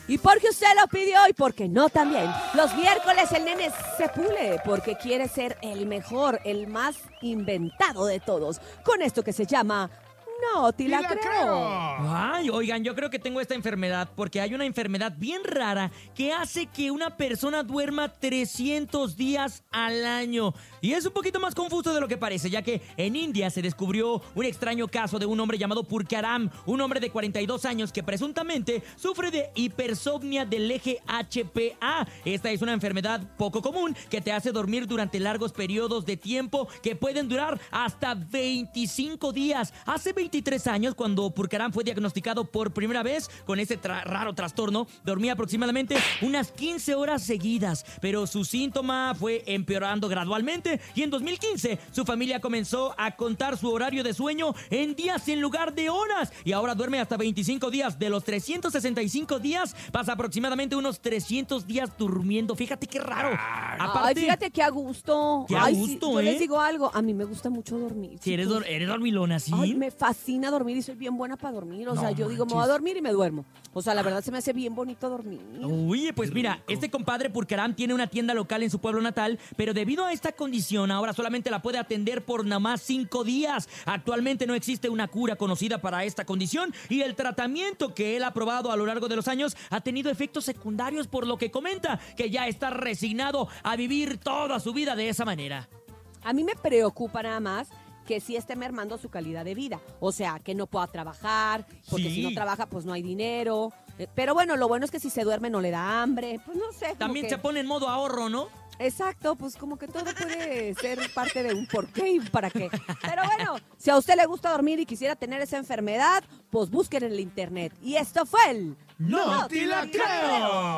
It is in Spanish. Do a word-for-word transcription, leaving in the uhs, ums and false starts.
Y porque usted lo pidió y porque no también. Los miércoles el nene se pule porque quiere ser el mejor, el más inventado de todos. Con esto que se llama... No, te la, la creo. creo. Ay, oigan, yo creo que tengo esta enfermedad porque hay una enfermedad bien rara que hace que una persona duerma trescientos días al año. Y es un poquito más confuso de lo que parece, ya que en India se descubrió un extraño caso de un hombre llamado Purkaram, un hombre de cuarenta y dos años que presuntamente sufre de hipersomnia del eje H P A. Esta es una enfermedad poco común que te hace dormir durante largos periodos de tiempo que pueden durar hasta veinticinco días. Hace veintitrés años, cuando Purkaram fue diagnosticado por primera vez con ese tra- raro trastorno, dormía aproximadamente unas quince horas seguidas, pero su síntoma fue empeorando gradualmente y en dos mil quince su familia comenzó a contar su horario de sueño en días en lugar de horas y ahora duerme hasta veinticinco días. De los trescientos sesenta y cinco días, pasa aproximadamente unos trescientos días durmiendo. Fíjate qué raro. Aparte, Ay, fíjate qué a gusto. Qué a Ay, gusto, sí, yo ¿eh? les digo algo, a mí me gusta mucho dormir. si eres, chicos. dor- eres dormilona, ¿sí? Ay, me fascina dormir y soy bien buena para dormir. O No sea, yo digo, me voy a manches. dormir y me duermo. O sea, la verdad se me hace bien bonito dormir. Oye, pues mira, este compadre Purkaram tiene una tienda local en su pueblo natal, pero debido a esta condición ahora solamente la puede atender por nada más cinco días. Actualmente no existe una cura conocida para esta condición y el tratamiento que él ha probado a lo largo de los años ha tenido efectos secundarios, por lo que comenta que ya está resignado a vivir toda su vida de esa manera. A mí me preocupa nada más que sí esté mermando su calidad de vida. O sea, que no pueda trabajar, porque Sí. si no trabaja, pues no hay dinero. Eh, Pero bueno, lo bueno es que si se duerme no le da hambre. Pues no sé. como También que- se pone en modo ahorro, ¿no? Exacto, pues como que todo puede ser parte de un por qué y para qué. Pero bueno, si a usted le gusta dormir y quisiera tener esa enfermedad, pues busquen en el internet. Y esto fue el... No te la creo.